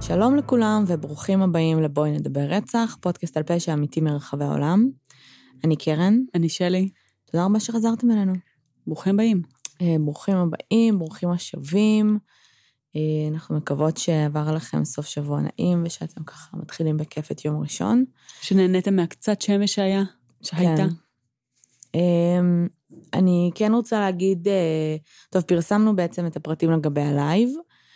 שלום לכולם וברוכים הבאים לבואי נדבר רצח, פודקאסט על פשע אמיתי מרחבי העולם. אני קרן. אני שלי. תודה רבה שחזרתם אלינו. ברוכים הבאים. ברוכים הבאים, ברוכים השבים. אנחנו מקוות שעבר לכם סוף שבוע נעים, ושאתם ככה מתחילים בכיף את יום ראשון. שנהניתם מהקצת שמש שהייתה. כן. אני כן רוצה להגיד, טוב, פרסמנו בעצם את הפרטים לגבי הלייב,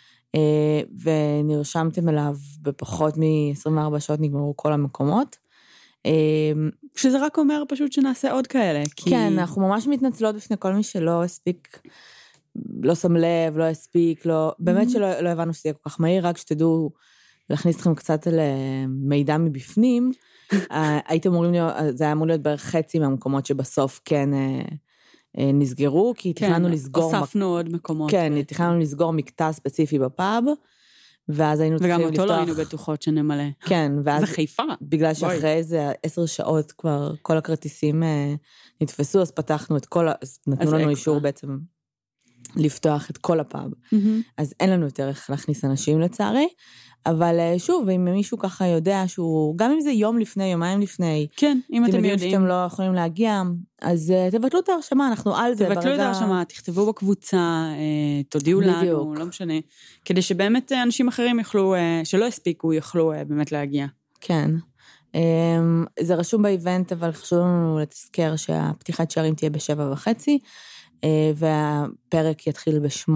ונרשמתם אליו בפחות מ-24 שעות נגמרו כל המקומות. שזה רק אומר פשוט שנעשה עוד כאלה. כן, אנחנו ממש מתנצלות בפני כל מי שלא הספיק, לא שם לב, לא הספיק, באמת שלא הבנו שזה יהיה כל כך מהיר, רק שתדעו להכניס אתכם קצת למידע מבפנים, הייתם אמורים להיות, זה היה אמור להיות בערך חצי מהמקומות שבסוף כן נסגרו, כי תכננו לסגור... הוספנו עוד מקומות. כן, תכננו לסגור מקטע ספציפי בפאב, ואז היינו צריכים לפתוח... וגם אותו לא היינו בטוחות שנמלא. כן, ואז... זה חיפה. בגלל שאחרי איזה 10 שעות כבר כל הכרטיסים נתפסו, אז פתחנו את כל... נתנו לנו אישור בעצם לפתוח את כל הפאב. אז אין לנו יותר איך להכניס אנשים לצערי, אבל שוב, אם מישהו ככה יודע שהוא, גם אם זה יום לפני, יומיים לפני, כן, אם אתם יודעים שאתם לא יכולים להגיע, אז תבטלו את ההרשמה, אנחנו על זה. תבטלו את ההרשמה, תכתבו בקבוצה, תודיעו לנו, לא משנה, כדי שבאמת אנשים אחרים יוכלו, שלא הספיקו, יוכלו באמת להגיע. כן. זה רשום באיבנט, אבל חשוב לנו לתזכר שהפתיחת שערים תהיה ב7:30, והפרק יתחיל ב8.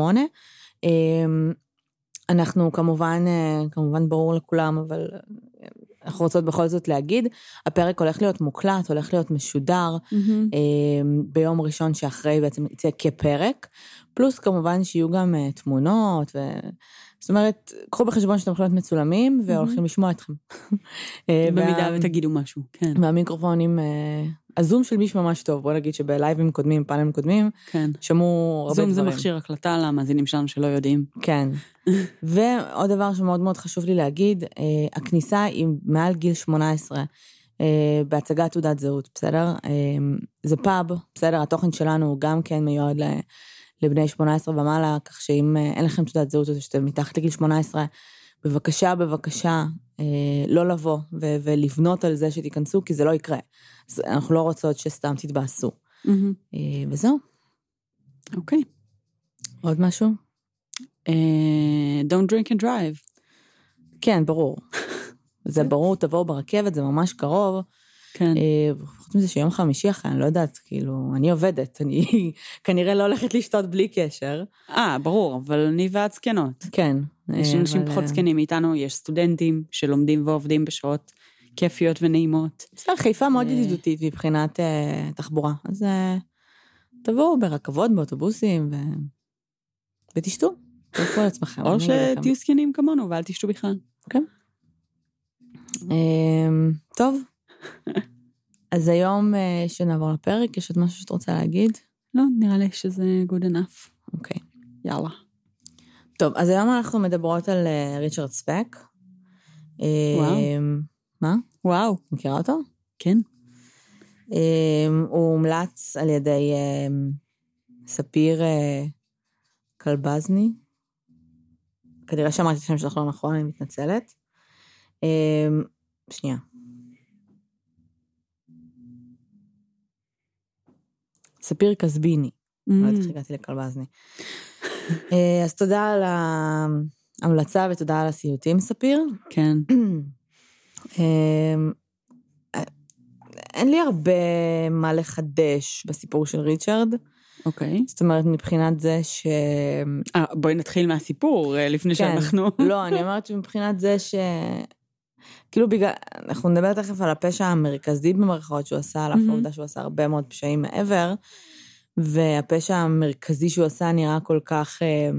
אנחנו כמובן ברור לכולם, אבל אנחנו רוצות בכל זאת להגיד, הפרק הולך להיות מוקלט, הולך להיות משודר, ביום ראשון שאחרי בעצם יצא כפרק, פלוס כמובן שיהיו גם תמונות, זאת אומרת, קחו בחשבון שאתם יכולים להיות מצולמים, והולכים לשמוע אתכם. במידה ותגידו משהו, כן. והמיקרופונים... הזום של מישהו ממש טוב, בוא נגיד שבלייבים קודמים, פאנלים קודמים, כן. שמעו הרבה דברים. זום זה מכשיר הקלטה למאזינים שלנו שלא יודעים. כן. ועוד דבר שמאוד מאוד חשוב לי להגיד, הכניסה היא מעל גיל 18, בהצגת תעודת זהות, בסדר? זה פאב, בסדר? התוכן שלנו הוא גם כן מיועד לבני 18 ומעלה, כך שאם אין לכם תעודת זהות, או שאתם מתחת לגיל 18, בבקשה, לא לבוא ולבנות על זה שתיכנסו, כי זה לא יקרה. אז אנחנו לא רוצות שסתם תתבאסו. וזהו. אוקיי. עוד משהו? Don't drink and drive. כן, ברור. זה ברור, תבואו ברכבת, זה ממש קרוב. כן. חוץ מזה שיום חמישי אחרי, אני לא יודעת, כאילו, אני עובדת, אני כנראה לא הולכת לשתות בלי קשר. ברור, אבל אני ואת זקנות. כן. יש אנשים פחות זקנים מאיתנו, יש סטודנטים שלומדים ועובדים בשעות כיפיות ונעימות. בסדר, חיפה מאוד ידידותית מבחינת תחבורה, אז תבואו ברכבות, באוטובוסים, ותשתו, תלכו על עצמכם. או שתהיו זקנים כמונו, ואל תשתו בכלל. כן. טוב. אז היום שנעבור לפרק, יש עוד משהו שאת רוצה להגיד? לא, נראה לי שזה good enough. אוקיי. יאללה. טוב, אז היום אנחנו מדברות על ריצ'רד ספק. וואו. מה? וואו. מכירה אותו? כן. הוא הומלץ על ידי ספיר קלבזני. כנראה שמעתי את השם שלך לא נכון, אני מתנצלת. שנייה. ספיר קזביני. לא יודעת איך הגעתי לקלבזני. אז תודה על ההמלצה ותודה על הסיוטים, ספיר. כן. אין לי הרבה מה לחדש בסיפור של ריצ'רד. אוקיי. זאת אומרת, מבחינת זה ש... בואי נתחיל מהסיפור, לפני שאנחנו... לא, אני אומרת שמבחינת זה ש... כאילו בגלל... אנחנו נדבר תכף על הפשע המרכזי במרכאות שהוא עשה, על אף העובדה שהוא עשה הרבה מאוד פשעים מעבר, והפשע המרכזי שהוא עשה נראה כל כך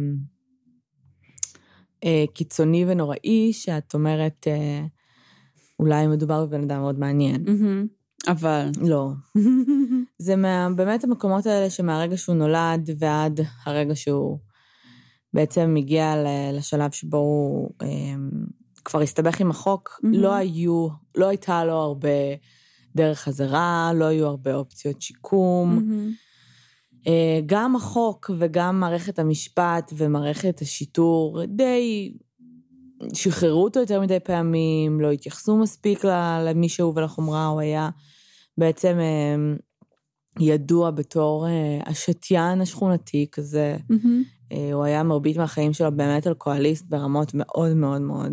קיצוני ונוראי, שאת אומרת, אולי מדובר בבן אדם מאוד מעניין. אבל... לא. זה באמת המקומות האלה שמהרגע שהוא נולד ועד הרגע שהוא בעצם מגיע לשלב שבו הוא כבר הסתבך עם החוק, לא הייתה לו הרבה דרך חזרה, לא היו הרבה אופציות שיקום. גם החוק וגם מערכת המשפט ומערכת השיטור די שחררו אותו יותר מדי פעמים, לא התייחסו מספיק למישהו ולחומרה, הוא היה בעצם ידוע בתור השתיין השכונתי כזה, הוא היה מרבית מהחיים שלו באמת אלכוהוליסט ברמות מאוד מאוד מאוד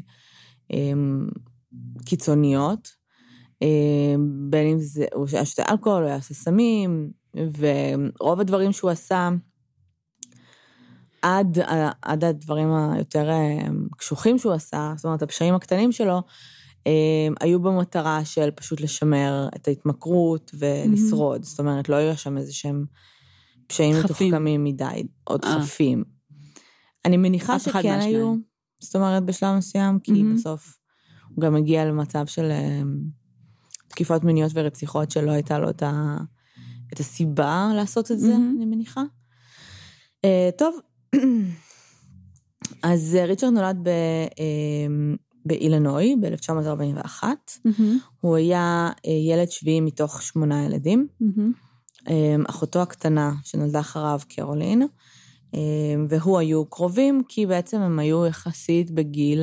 קיצוניות, בין אם זה, הוא היה שותה אלכוהול, הוא היה עושה סמים, ורוב הדברים שהוא עשה, עד הדברים היותר קשוחים שהוא עשה, זאת אומרת, הפשעים הקטנים שלו, היו במטרה של פשוט לשמר את ההתמכרות ולשרוד, זאת אומרת, לא היו שם איזה שהם פשעים מתוחכמים מדי, עוד חפים. אני מניחה שכן היו, זאת אומרת, בשלב מסוים, כי בסוף הוא גם הגיע למצב של תקיפות מיניות ורציחות, שלא הייתה לו את הסיבה לעשות את זה, אני מניחה. טוב, אז ריצ'רד נולד באילינוי, ב-1941. הוא היה ילד שביעי מתוך 8 ילדים. אחותו הקטנה שנולדה אחריו, קרולין, והוא היו קרובים, כי בעצם הם היו יחסית בגיל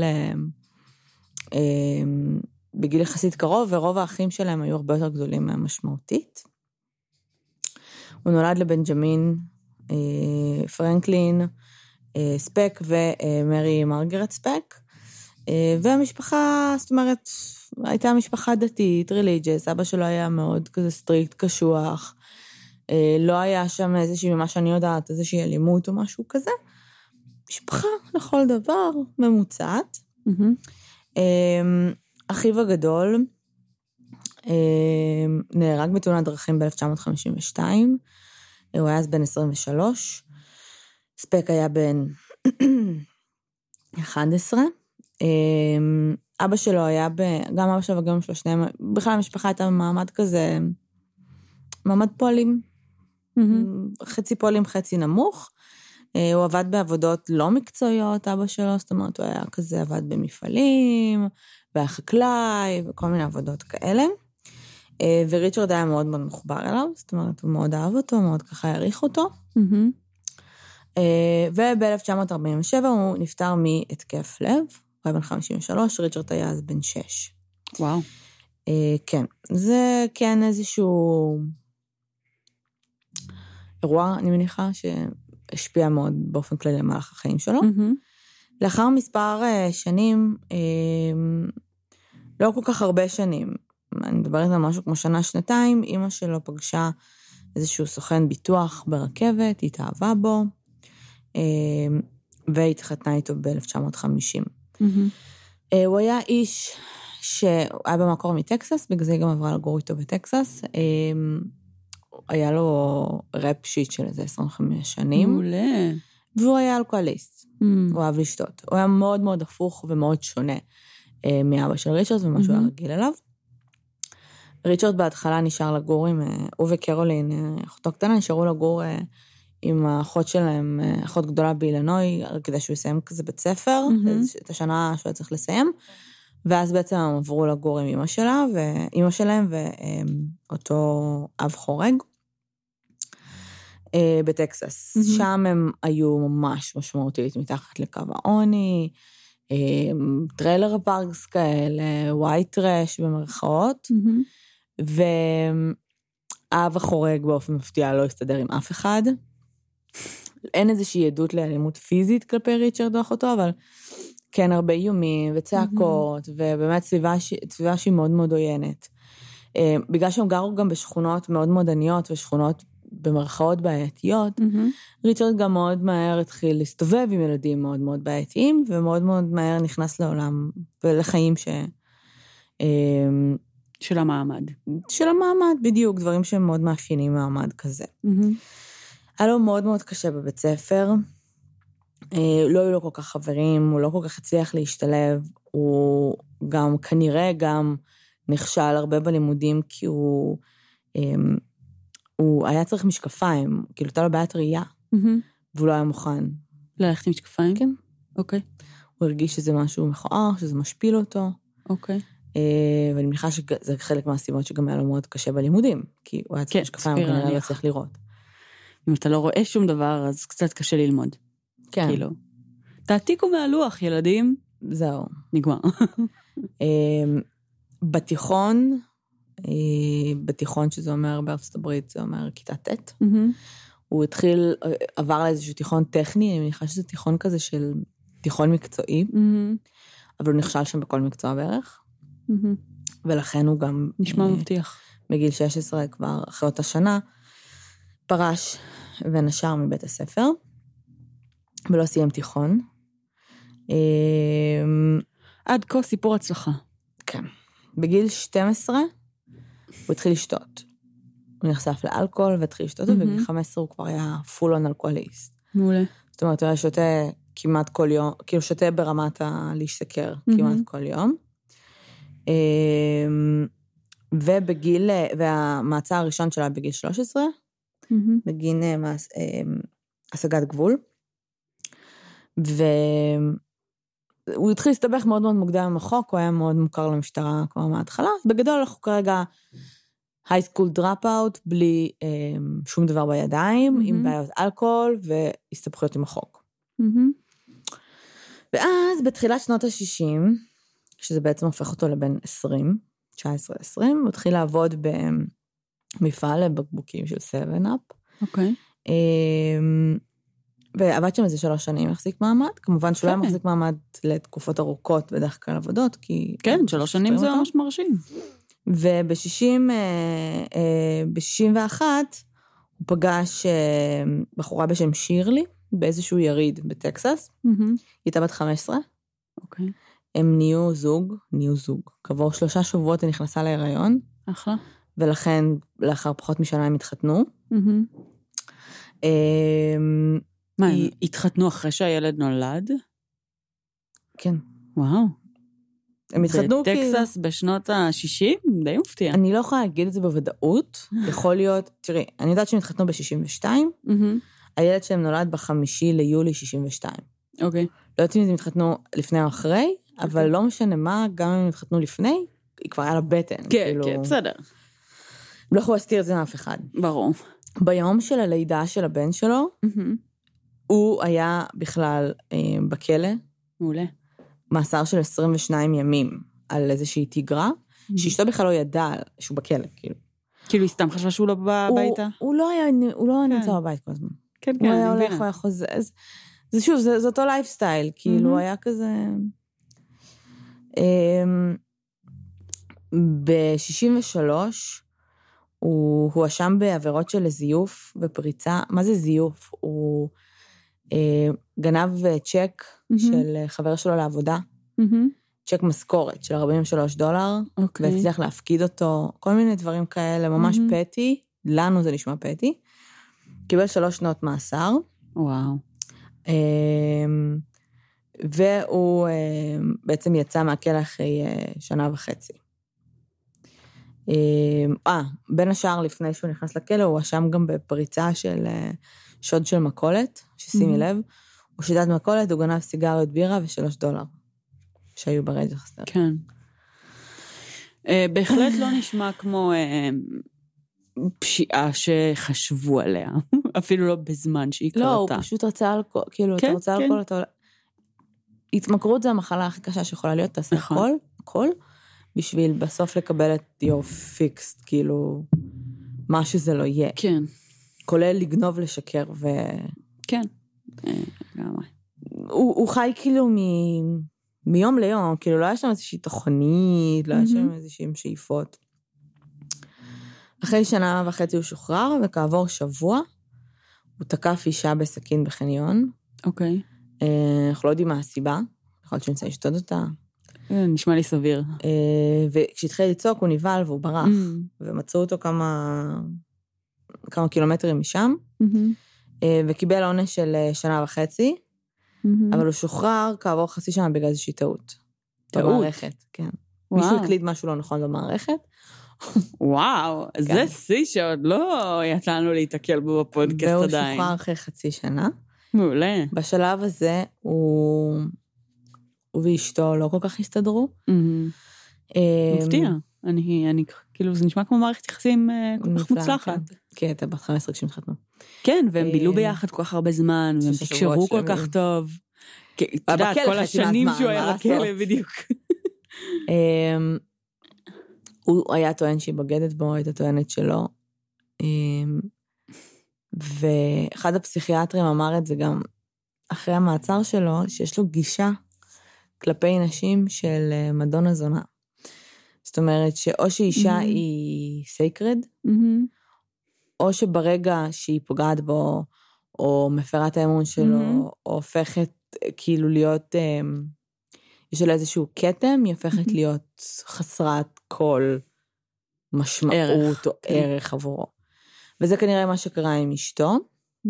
יחסית קרוב, ורוב האחים שלהם היו הרבה יותר גדולים משמעותית. הוא נולד לבנג'מין פרנקלין ספק ומרי מרגרט ספק, והמשפחה, זאת אומרת, הייתה משפחה דתית, ריליג'ס, אבא שלו היה מאוד כזה סטריקט, קשוח, לא היה שם איזושהי, ממה שאני יודעת, איזושהי אלימות או משהו כזה, משפחה לכל דבר, ממוצעת. אחיו הגדול נהרג בתאונת דרכים ב-1952, הוא היה אז בן 23, ספק היה בן 11, אבא שלו היה, גם אבא שלו וגם שלו שניהם, בכלל המשפחה הייתה במעמד כזה, מעמד פועלים, חצי פועלים, חצי נמוך, הוא עבד בעבודות לא מקצועיות, אבא שלו, זאת אומרת, הוא היה כזה, עבד במפעלים, והיה חקלאי, וכל מיני עבודות כאלה, וריצ'רד היה מאוד מאוד מחובר אליו, זאת אומרת, הוא מאוד אהב אותו, מאוד ככה העריך אותו, וב-1947 הוא נפטר מהתקף לב, הוא היה בן 53, ריצ'רד היה אז בן 6. וואו. כן, זה כן איזשהו אירוע, אני מניחה, שהשפיע מאוד באופן כללי למהלך החיים שלו. לאחר מספר שנים, לא כל כך הרבה שנים, אני מדברת על משהו כמו שנה, שנתיים, אמא שלו פגשה איזשהו סוכן ביטוח ברכבת, היא התאהבה בו, והתחתנה איתו ב-1950. הוא היה איש שהיה במקור מטקסס, בגלל זה גם עברה לגור איתו בטקסס, היה לו רפ שיט של איזה 25 שנים. מעולה. והוא היה אלכוהוליסט, הוא אהב לשתות. הוא היה מאוד מאוד הפוך ומאוד שונה מאבא של ריצ'רד, ומה שהוא היה רגיל אליו. ריצ'רד בהתחלה נשאר לגור עם, הוא וקרולין, אחותו קטנה, נשארו לגור עם האחות שלהם, אחות גדולה באילינוי, כדי שהוא יסיים כזה בית ספר, את השנה שהוא היה צריך לסיים, ואז בעצם הם עברו לגור עם אמא שלהם, ואותו אב חורג, בטקסס. שם הם היו ממש משמעותית מתחת לקו העוני, טריילר פארקס כאלה, ווייט טרש במרכאות, ואב החורג באופן מפתיע לא הסתדר עם אף אחד. אין איזושהי עדות לאלימות פיזית כלפי ריצ'רד או אחותו, אבל כן הרבה איומים וצעקות, ובאמת סביבה שהיא מאוד מאוד עוינת. בגלל שהם גרו גם בשכונות מאוד מאוד עניות, ושכונות במרכאות בעייתיות, ריצ'רד גם מאוד מהר התחיל להסתובב עם ילדים מאוד מאוד בעייתיים, ומאוד מאוד מהר נכנס לעולם, ולחיים של המעמד. של המעמד, בדיוק, דברים שהם מאוד מאפיינים מעמד כזה. היה לו מאוד מאוד קשה בבית ספר, לא היו לו כל כך חברים, הוא לא כל כך הצליח להשתלב, הוא גם כנראה גם נכשל הרבה בלימודים, כי הוא היה צריך משקפיים, כאילו הייתה לו בעיית ראייה, והוא לא היה מוכן. ללכת עם משקפיים? כן. אוקיי. הוא הרגיש שזה משהו מכוער, שזה משפיל אותו. אוקיי. ואני מניחה שזה חלק מהסיבות שגם היה לו מאוד קשה בלימודים, כי הוא היה צריך משקפיים, הוא כנראה לא צריך לראות. אם אתה לא רואה שום דבר, אז קצת קשה ללמוד. כן. כאילו. תעתיקו מהלוח, ילדים. זהו. נגמר. בתיכון שזה אומר בארצות הברית, זה אומר כיתה ט', הוא עבר לאיזשהו תיכון טכני, אני מניחה שזה תיכון כזה של תיכון מקצועי, אבל הוא נכשל שם בכל מקצוע בערך, ולכן הוא גם... נשמע מבטיח. בגיל 16 כבר אחרי אותה שנה, פרש ונשר מבית הספר, ולא סיים תיכון. עד כה סיפור הצלחה. כן. בגיל 12 הוא התחיל לשתות. הוא נחשף לאלכוהול והתחיל לשתות, ובגיל 15 הוא כבר היה פול און אלכוהוליסט. מעולה. זאת אומרת, הוא היה שותה כמעט כל יום, כאילו שותה ברמת להשתכר כמעט כל יום. והמעצר הראשון שלה בגיל 13, בגין השגת גבול. והוא התחיל להסתבך מאוד מאוד מוקדם עם החוק, הוא היה מאוד מוכר למשטרה כבר מההתחלה. בגדול אנחנו כרגע הייסקול דראפ-אוט, בלי שום דבר בידיים, עם בעיות אלכוהול והסתבכויות עם החוק. ואז בתחילת שנות ה-60, שזה בעצם הופך אותו לבן 20, 19-20, הוא התחיל לעבוד במפעל לבקבוקים של 7-up. אוקיי. ועבד שם איזה 3 שנים, החזיק מעמד. כמובן שהוא לא מחזיק מעמד לתקופות ארוכות בדרך כלל עבודות, כי... כן, 3 שנים זה ממש מרשים. וב-61 הוא פגש בחורה בשם שירלי, באיזשהו יריד בטקסס. היא הייתה בת 15. אוקיי. הם נהיו זוג. כעבור 3 שבועות היא נכנסה להיריון. אחלה. ולכן, לאחר פחות משנה הם התחתנו. מה, הם התחתנו אחרי שהילד נולד? כן. וואו. הם התחתנו בטקסס בשנות ה-60? די מופתיע. אני לא יכולה להגיד את זה בוודאות. יכול להיות, תראי, אני יודעת שהם התחתנו ב-62. הילד שלהם נולד ב5 ליולי 62. אוקיי. לא יודעת אם הם התחתנו לפני או אחרי, אבל לא משנה מה, גם אם הם התחתנו לפני, היא כבר היה לה בטן. כן, כן, בסדר. לא יכולה להסתיר את זה מאף אחד. ברור. ביום של הלידה של הבן שלו, הוא היה בכלל בכלא. מעולה. מאסר של 22 ימים על איזושהי תיגרה, שאשתו בכלל לא ידעה שהוא בכלא, כאילו. כאילו היא סתם חשבה שהוא לא בא הביתה? הוא לא נמצא בבית כל הזמן. כן, הוא היה הולך, הוא היה חוזר. זה שוב, זה אותו לייפסטייל, כאילו הוא היה כזה... ב-63, הוא הואשם בעבירות של זיוף ופריצה. מה זה זיוף? הוא גנב צ'ק של חבר שלו לעבודה, צ'ק משכורת של $43, והצליח להפקיד אותו, כל מיני דברים כאלה, ממש פטי, לנו זה נשמע פטי, קיבל 3 שנות מאסר. וואו. והוא בעצם יצא מהכלא אחרי 1.5 שנה. בין השאר לפני שהוא נכנס לכלא, הוא אשם גם בפריצה של שוד של מכולת, ששימי לב, הוא שיטת מכולת, הוא גנב סיגריות בירה $3, שהיו ברג'סטר. כן. בהחלט לא נשמע כמו פשיעה שחשבו עליה, אפילו לא בזמן שהיא קרתה. לא, הוא פשוט רצה אלכוהול, כאילו, אתה רוצה אלכוהול, התמכרות זה המחלה הכי קשה שיכולה להיות, תעשה הכל, בשביל בסוף לקבל את your fixed, כאילו, מה שזה לא יהיה. כן. כולל לגנוב, לשקר ו... כן. הוא חי כאילו מיום ליום, כאילו לא היה שם איזושהי תוכנית, לא היה שם איזושהי שאיפות. אחרי 1.5 שנה הוא שוחרר, וכעבור שבוע, הוא תקף אישה בסכין בחניון. אוקיי. אנחנו לא יודעים מה הסיבה, יכול להיות שנצא לשתות אותה. נשמע לי סביר. וכשהתחיל לצעוק הוא נבהל והוא ברח, ומצאו אותו כמה קילומטרים משם, וקיבל עונש של 1.5 שנה, אבל הוא שוחרר כעבור 0.5 שנה בגלל איזושהי טעות. במערכת, כן. מישהו הקליד משהו לא נכון במערכת. וואו, זה שיא שעוד לא יצאנו להתעכל בו בפודקאסט עדיין. והוא שוחרר אחרי 0.5 שנה. מעולה. בשלב הזה הוא ואשתו לא כל כך הסתדרו. מפתיע. אני כאילו, זה נשמע כמו מערכת יחסים כל כך מוצלחת. כן, אתה בת 15 כשהם התחתנו. כן, והם בילו ביחד כל כך הרבה זמן, והם תקשרו כל כך טוב. אתה יודעת, כל השנים שהוא היה בכלא, בדיוק. הוא היה טוען שהיא בוגדת בו, הייתה טוענת שלא. ואחד הפסיכיאטרים אמר את זה גם אחרי המעצר שלו, שיש לו גישה כלפי נשים של מדונה זונה. זאת אומרת שאו שאישה היא סיקרד, או שברגע שהיא פוגעת בו, או מפרת האמון שלו, או הופכת כאילו להיות, יש לה איזשהו קטם, היא הופכת להיות חסרת כל משמעות או ערך עבורו. וזה כנראה מה שקרה עם אשתו.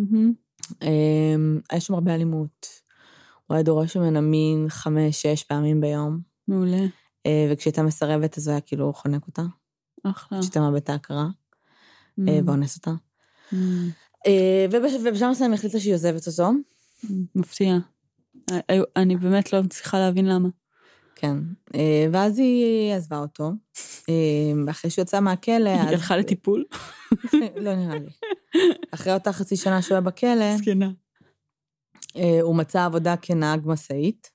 היה שם הרבה אלימות. הוא היה דורש ממנה מין 5-6 פעמים ביום. מעולה. וכשהייתה מסרבת, אז הוא היה כאילו חונק אותה. אחלה. כשהייתה מאבד את ההכרה, ואונס אותה. ובשלב מסוים היא החליטה שהיא עוזבת אותו. מפתיע. אני באמת לא צריכה להבין למה. כן. ואז היא עזבה אותו. ואחרי שהוא יצא מהכלא... היא הלכה לטיפול? לא נראה לי. אחרי אותה חצי שנה שהוא היה בכלא, סכנה. הוא מצא עבודה כנהג משאית.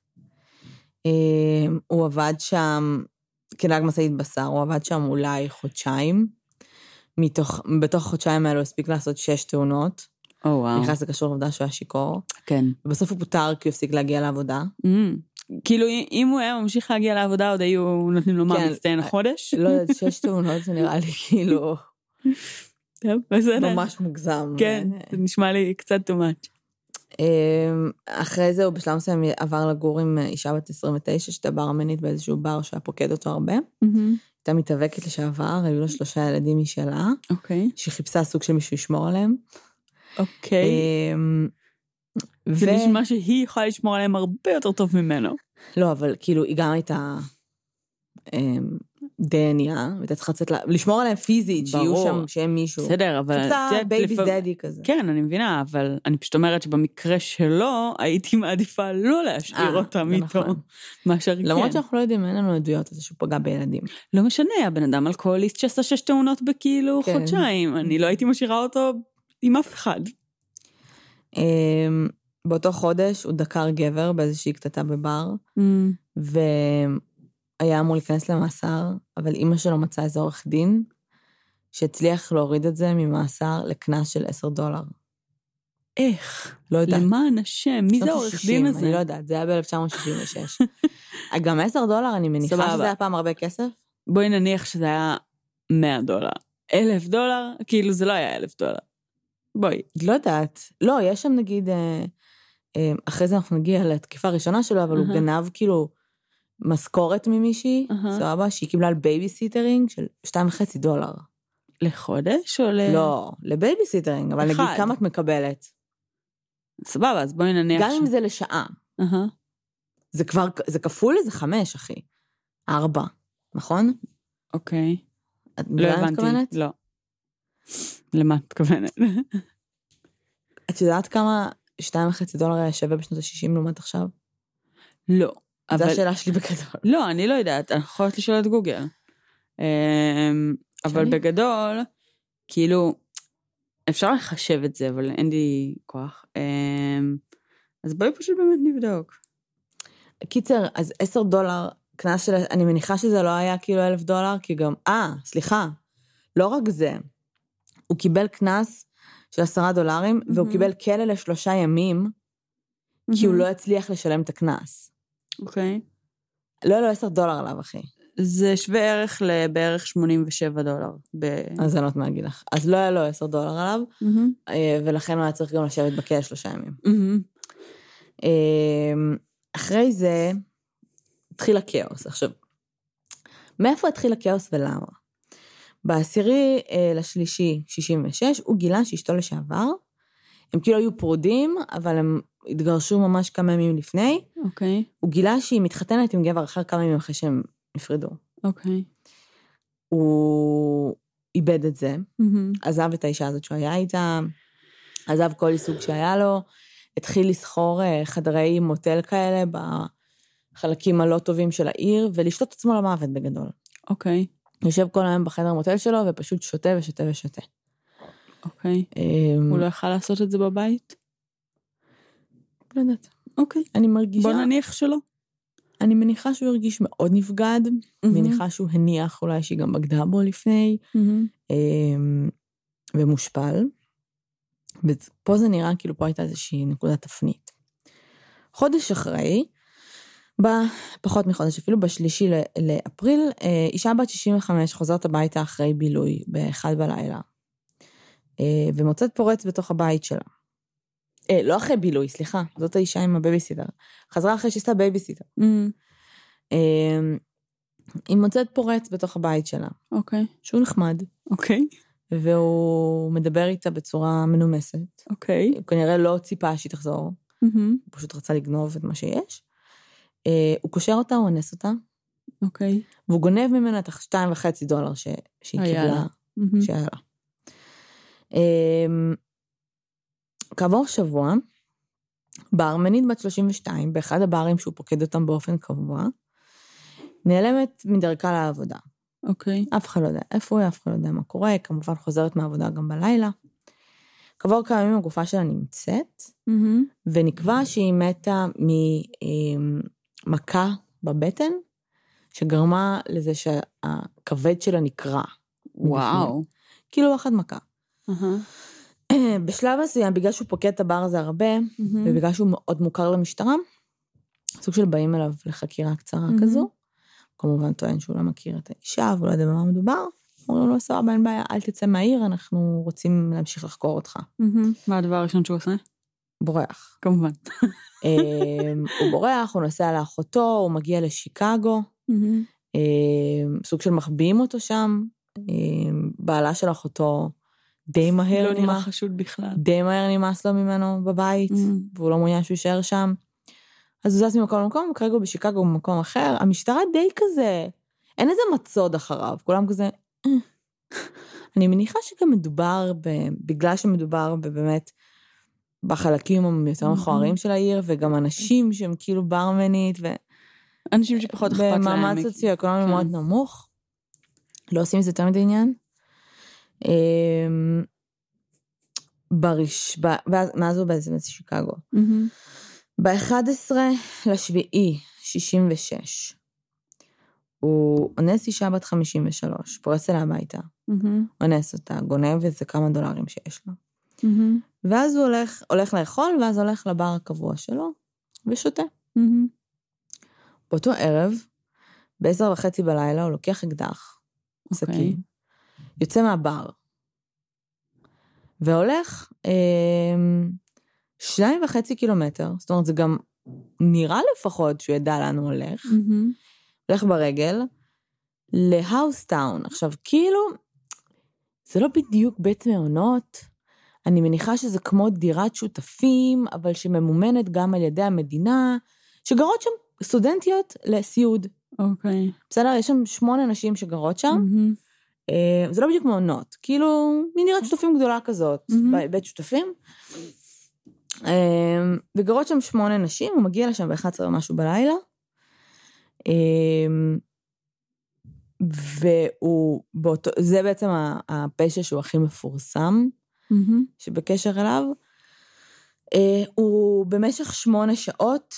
הוא עבד שם, כנהג משאית בשר, הוא עבד שם אולי חודשיים. בתוך החודשיים האלו הספיק לעשות 6 תאונות. נכנס לקשור לעבודה שהוא היה שיקור. כן. ובסוף הוא פוטר כי הוא הפסיק להגיע לעבודה. כאילו אם הוא היה ממשיך להגיע לעבודה, עוד היו נותנים לו מה מצטיין החודש? לא יודעת, 6 תאונות זה נראה לי כאילו... ממש מוגזם. כן, זה נשמע לי קצת too much. אחרי זה הוא בשלב מסוים עבר לגור עם אישה בת 29, שהייתה ברמנית באיזשהו בר שהיה פוקד אותו הרבה. הייתה מתאבקת לשעבר, היו לו 3 ילדים משלה, שחיפשה סוג של מישהו ישמור עליהם. אוקיי. זה נשמע שהיא יכולה לשמור עליהם הרבה יותר טוב ממנו. לא, אבל כאילו היא גם הייתה די ענייה, והייתה צריכה לשמור עליהם פיזית, שיהיו שם, שהם מישהו. בסדר, אבל... קצת בייביס דדי כזה. כן, אני מבינה, אבל אני פשוט אומרת שבמקרה שלו, הייתי מעדיפה לא להשאיר אותם איתו, מאשר כן. למרות שאנחנו לא יודעים, אין לנו עדויות על זה שהוא פגע בילדים. לא משנה, הבן אדם אלכוהוליסט שעשה 6 תאונות בכאילו חודשיים, אני לא הייתי משאירה אותו עם אף אחד. באותו חודש הוא דקר גבר באיזושהי קטטה בבר, והיה אמור להיכנס למאסר, אבל אמא שלו מצאה איזה עורך דין, שהצליח להוריד את זה ממאסר לקנס של $10. איך? לא יודעת. למען השם, מי זה עורך דין הזה? אני לא יודעת, זה היה ב-1976. גם $10, אני מניחה שזה היה פעם הרבה כסף. בואי נניח שזה היה $100. $1,000? כאילו זה לא היה $1,000. בואי. לא יודעת. לא, יש שם נגיד, אחרי זה אנחנו נגיע לתקיפה הראשונה שלו, אבל הוא גנב כאילו משכורת ממישהי, סבבה, שהיא קיבלה על בייביסיטרינג של $2.50. לחודש או לא, לבייביסיטרינג, אבל נגיד כמה את מקבלת. סבבה, אז בואי נניח... גם אם זה לשעה. זה כבר, זה כפול איזה 5, אחי. 4, נכון? אוקיי. לא הבנתי. לא. למה את מתכוונת? את יודעת כמה $2.50 היה שווה בשנות ה-60 לעומת עכשיו? לא. זו השאלה שלי בגדול. לא, אני לא יודעת, אנחנו יכולות לשאול את גוגל. אבל בגדול, כאילו, אפשר לחשב את זה, אבל אין לי כוח. אז בואי פשוט באמת נבדוק. קיצר, אז $10, קנס של, אני מניחה שזה לא היה כאילו $1,000, כי גם, סליחה, לא רק זה, הוא קיבל קנס של $10, והוא קיבל כלא ל3 ימים, כי הוא לא הצליח לשלם את הקנס. אוקיי. לא היה לו $10 עליו, אחי. זה שווה ערך לבערך $87. אז אני לא תמגיד לך. אז לא היה לו $10 עליו, ולכן הוא היה צריך גם לשבת בכלא 3 ימים. אחרי זה, התחיל הכאוס. עכשיו, מאיפה התחיל הכאוס ולמה? ב10/3/66, הוא גילה שאשתו לשעבר, הם כאילו היו פרודים, אבל הם התגרשו ממש כמה ימים לפני. אוקיי. הוא גילה שהיא מתחתנת עם גבר אחר כמה ימים אחרי שהם נפרדו. אוקיי. הוא איבד את זה, עזב את האישה הזאת שהוא היה איתה, עזב כל עיסוק שהיה לו, התחיל לסחור חדרי מוטל כאלה בחלקים הלא טובים של העיר, ולשתות עצמו למוות בגדול. אוקיי. יושב כל היום בחדר מוטל שלו, ופשוט שותה ושותה ושותה. אוקיי. הוא לא יכל לעשות את זה בבית? לא יודעת. אוקיי. אני מרגישה... בוא נניח שלא. אני מניחה שהוא הרגיש מאוד נבגד, מניחה שהוא הניח אולי שהיא גם בגדה בו לפני, ומושפל. ופה זה נראה כאילו פה הייתה איזושהי נקודת תפנית. חודש אחרי, פחות מחודש, אפילו בשלישי לאפריל, אישה בת 65 חוזרת הביתה אחרי בילוי באחד בלילה, ומוצאת פורץ בתוך הבית שלה. לא אחרי בילוי, סליחה, זאת האישה עם הבייביסיטר. חזרה אחרי שעשתה בייביסיטר. היא מוצאת פורץ בתוך הבית שלה. אוקיי. שהוא נחמד. אוקיי. והוא מדבר איתה בצורה מנומסת. אוקיי. הוא כנראה לא ציפה שהיא תחזור. הוא פשוט רצה לגנוב את מה שיש. הוא קושר אותה, הוא אנס אותה. אוקיי. והוא גונב ממנה את $2.5 שהיא קיבלה. שהיה לה. כעבור שבוע, בארמנית בת 32, באחד הברים שהוא פוקד אותם באופן קבוע, נעלמת מדרכה לעבודה. אוקיי. אף אחד לא יודע איפה היא, אף אחד לא יודע מה קורה, כמובן חוזרת מהעבודה גם בלילה. כעבור כמה ימים הגופה שלה נמצאת, ונקבע שהיא מתה ממכה בבטן, שגרמה לזה שהכבד שלה נקרע. וואו. כאילו אחת מכה. בשלב מסוים, בגלל שהוא פוקד את הבר הזה הרבה, ובגלל שהוא מאוד מוכר למשטרה, סוג של באים אליו לחקירה קצרה כזו, כמובן טוען שהוא לא מכיר את האישה, והוא לא יודע במה מדובר, אומרים לו, סבבה, אין בעיה, אל תצא מהעיר, אנחנו רוצים להמשיך לחקור אותך. מה הדבר הראשון שהוא עושה? בורח. כמובן. הוא בורח, הוא נוסע לאחותו, הוא מגיע לשיקגו, סוג של מחביאים אותו שם, בעלה של אחותו די מהר לא נראה חשוד בכלל. די מהר נמאס לו ממנו בבית, והוא לא מעוניין שהוא יישאר שם. אז הוא זז ממקום למקום, וכרגע הוא בשיקגו במקום אחר. המשטרה די כזה, אין איזה מצוד אחריו, כולם כזה, אני מניחה שגם מדובר, בגלל שמדובר באמת, בחלקים היותר מכוערים של העיר, וגם אנשים שהם כאילו ברמנית, אנשים שפחות אכפת להם. במעמד סוציו-אקונומי מאוד נמוך, לא עושים את זה יותר מדי עניין. מאז הוא בעצם שיקגו. ב-11 לשביעי 66, הוא אונס אישה בת 53, פורץ אליה הביתה, אונס אותה, גונב איזה כמה דולרים שיש לו. ואז הוא הולך לאכול, ואז הולך לבר הקבוע שלו, ושותה. באותו ערב, ב-10:30 בלילה, הוא לוקח אקדח, סכין, יוצא מהבר, והולך 2.5 קילומטר, זאת אומרת, זה גם נראה לפחות שהוא ידע לאן הוא הולך, הולך ברגל, להאוסטאון. עכשיו, כאילו, זה לא בדיוק בית מעונות, אני מניחה שזה כמו דירת שותפים, אבל שממומנת גם על ידי המדינה, שגרות שם סטודנטיות לסיוד. אוקיי. בסדר, יש שם 8 נשים שגרות שם, זה לא בדיוק מעונות, כאילו, מין דירת שותפים גדולה כזאת, בית שותפים, וגרות שם 8 נשים, הוא מגיע לשם ב-11 משהו בלילה, והוא, זה בעצם הפשע שהוא הכי מפורסם, שבקשר אליו, הוא במשך 8 שעות,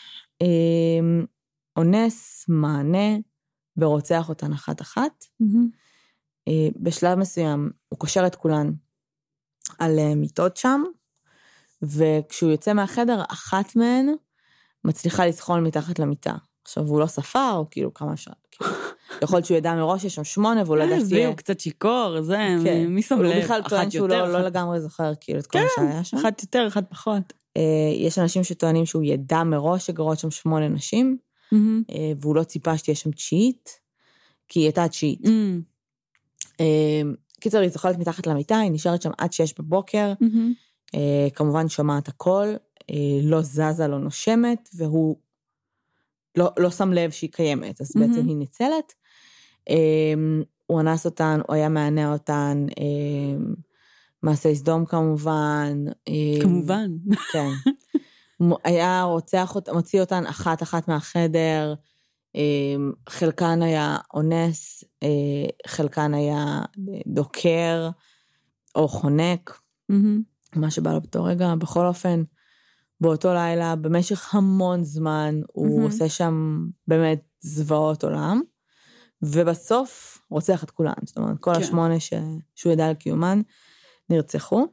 אונס, מענה, ורוצח אותן אחת. בשלב מסוים, הוא קושר את כולן על מיטות שם, וכשהוא יוצא מהחדר, אחת מהן מצליחה לזחול מתחת למיטה. עכשיו, הוא לא ספר, או כאילו כמה אפשר, יכול להיות שהוא ידע מראש, יש שם 8, והוא לא ידע שתהיה. הוא קצת שיקור, זה, מי שם לב? הוא בכלל טוען שהוא לא לגמרי זוכר, כאילו, את כל מה שהיה שם. אחת יותר, אחת פחות. יש אנשים שטוענים שהוא ידע מראש שגרות שם 8 נשים, והוא לא ציפה שתהיה שם תשיעית, כי היא הייתה תשיעית. קיצר, היא זוכלת מתחת למיטה, היא נשארת שם עד 6 בבוקר, כמובן שומעת הכל, לא זזה, לא נושמת, והוא לא שם לב שהיא קיימת, אז בעצם היא ניצלת. הוא אנס אותן, הוא היה מענה אותן, מעשה סדום כמובן. כמובן. כן. היה רוצח אותן, מוציא אותן אחת מהחדר, חלקן היה אונס, חלקן היה דוקר, או חונק, מה שבא לו בתור רגע, בכל אופן, באותו לילה, במשך המון זמן, הוא עושה שם באמת זוועות עולם, ובסוף רוצח את כולם, זאת אומרת, כל 8 שהוא ידע על קיומן, נרצחו.